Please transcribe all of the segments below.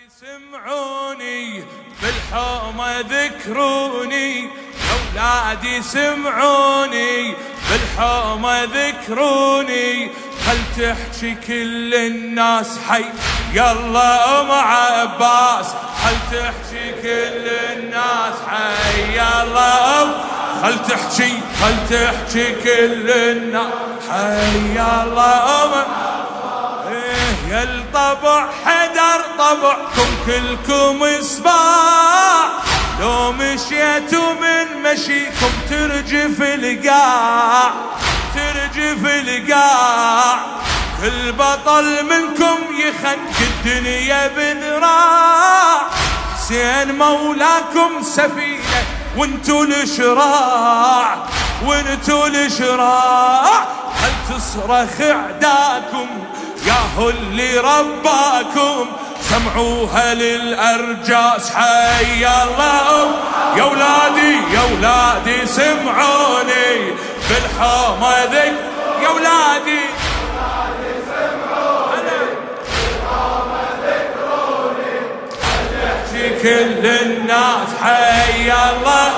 سمعوني بالحومة ذكروني، أولادي سمعوني بالحومة ذكروني، خل تحكي كل الناس حي يلا أم عباس، خل تحكي كل الناس حي يلا أم، خل تحكي كل الناس حي يلا أم. يا الطبع حدر طبعكم كلكم صباع، لو مشيتوا من مشيكم ترجف القاع، ترجف القاع، كل بطل منكم يخنق الدنيا بذراع، حسين مولاكم سفينة وانتو الشراع، وانتو الشراع، هل تصرخ اعداكم ياهو اللي رباكم، سمعوها للأرجاس حي الله. يا ولادي يا ولادي سمعوني بالحومة ذك، يا ولادي سمعوني بالحومة ذكروني، تحكي كل الناس حي الله.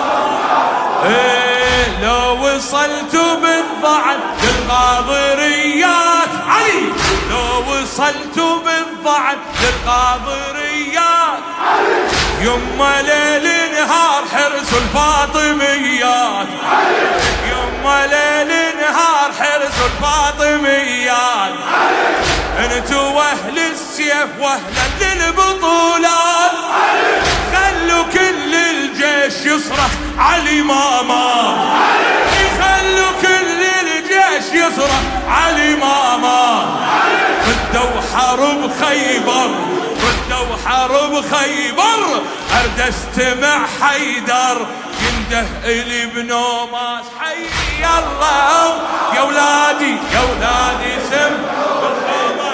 لو وصلتوا بالضعف للغاضريات علي، لو وصلتوا بالضعف للغاضريات يما ليل نهار حرسوا الفاطميات، يما ليل نهار حرسوا الفاطميات، انتوا اهل السيف واهلا للبطولات، خلوا كل الجيش يصرخ علي ماما، خلوا كل الجيش يصرخ علي ماما، ردوا حرب خيبر، ردوا حرب خيبر، ارد استمع حيدر ينده الي بنوماس حي الله. يا ولادي يا ولادي سم بالخيبر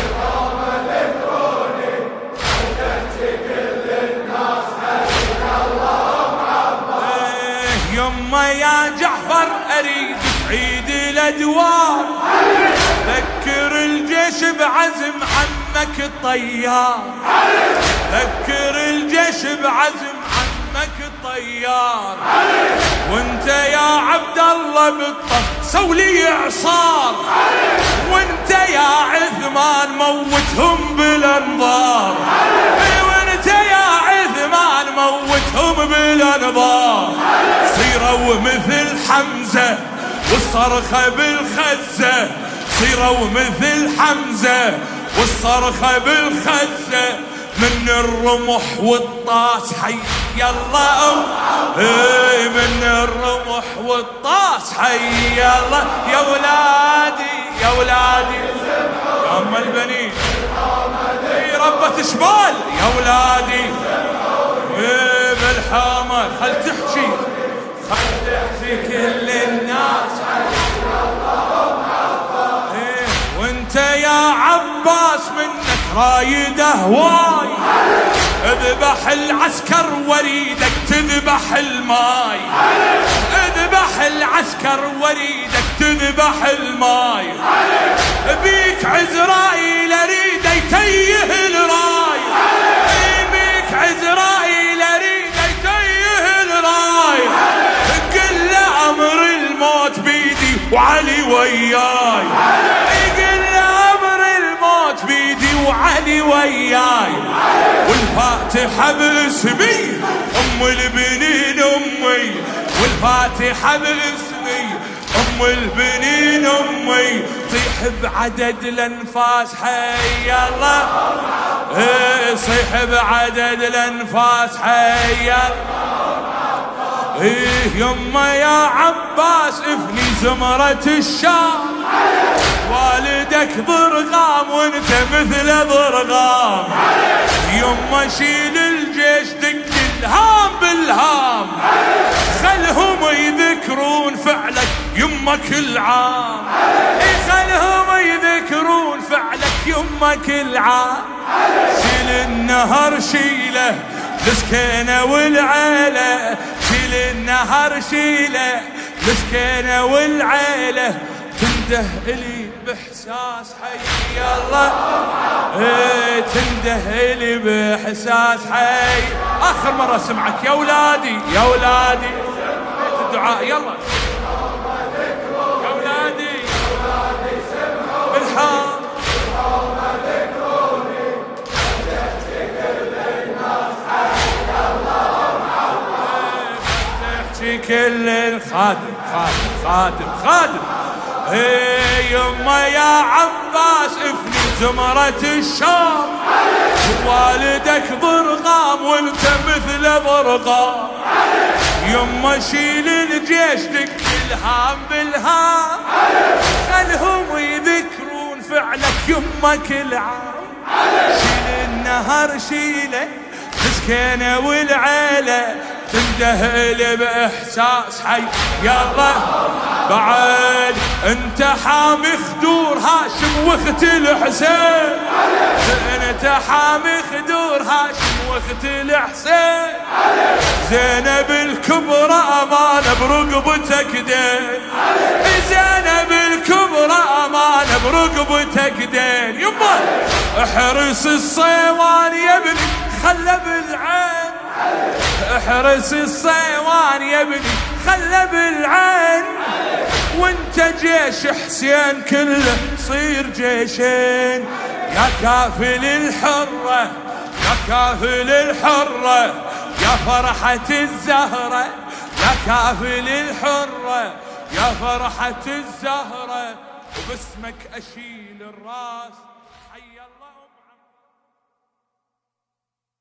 ذكروني، تحكي كل الناس حي الله عباس، يما يا جعفر اريد تعيد الادوار، ذكر الجيش بعزم عمك الطيار، ذكر الجيش بعزم عمك الطيار، وانت يا عبد الله بالطف سولي اعصار، وانت يا عثمان موتهم بالانظار، وانت يا عثمان موتهم بالانظار، صيروا مثل حمزة والصرخة بالخزة، صيروا مثل حمزة والصرخة بالخزة، من الرمح والطاس حي يلا من الرمح والطاس حي يلا. يا ولادي يا ولادي يا ام البنين ربة شمال، يا ولادي بالحامة خل تحكي كل الناس، وانت يا عباس منك رايد هواي، اذبح العسكر وريدك تذبح الماي، اذبح العسكر وريدك تذبح الماي، بيك عزرائيل اريد يتيه الراي، بيك عزرائيل اريد يتيه الراي، قل له امر الموت بيدي وعلي وياي، وعلي وياي، والفاتحة باسمي ام البنين امي، والفاتحة باسمي ام البنين امي، صيح بعدد الانفاس حي الله، صيح بعدد الانفاس حي الله. يما يا عباس افني زمرة الشام، والدك ضرغام وانت مثل ضرغام، يما شيل الجيش دق الهام بالهام، خلهم يذكرون فعلك يما كل عام، خلهم يذكرون فعلك يما كل عام، شيل النهر شيله لسكينة والعيلة، شيل النهر شيله لسكينة والعيلة، تنده إلي بإحساس حي يلا تندهلي بإحساس حي. آخر مرة سمعك يا ولادي يا ولادي الدعاء يلا يا ولادي بالحار كل الخادم خادم يما يا عباس افني زمرة الشام والدك ضرغام وانت مثل ضرغام يما شيل الجيش دق الهام بالهام خلهم يذكرون فعلك يما كل عام شيل النهر شيله مسكينه والعيله تندهل بإحساس حي يلا بعد انت حامي خدور هاشم واخت الحسين انت حامي خدور هاشم واخت الحسين زينب الكبرى امانه برقبتك دين زينب الكبرى امانه برقبتك دين يما احرس الصيوان يا ابني خلى بالعين احرس الصيوان يا ابني خلى بالعين وانت جيش حسين كله صير جيشين يا كافل الحرة يا كافل الحرة يا فرحة الزهرة يا كافل الحرة يا فرحة الزهرة وباسمك أشيل الراس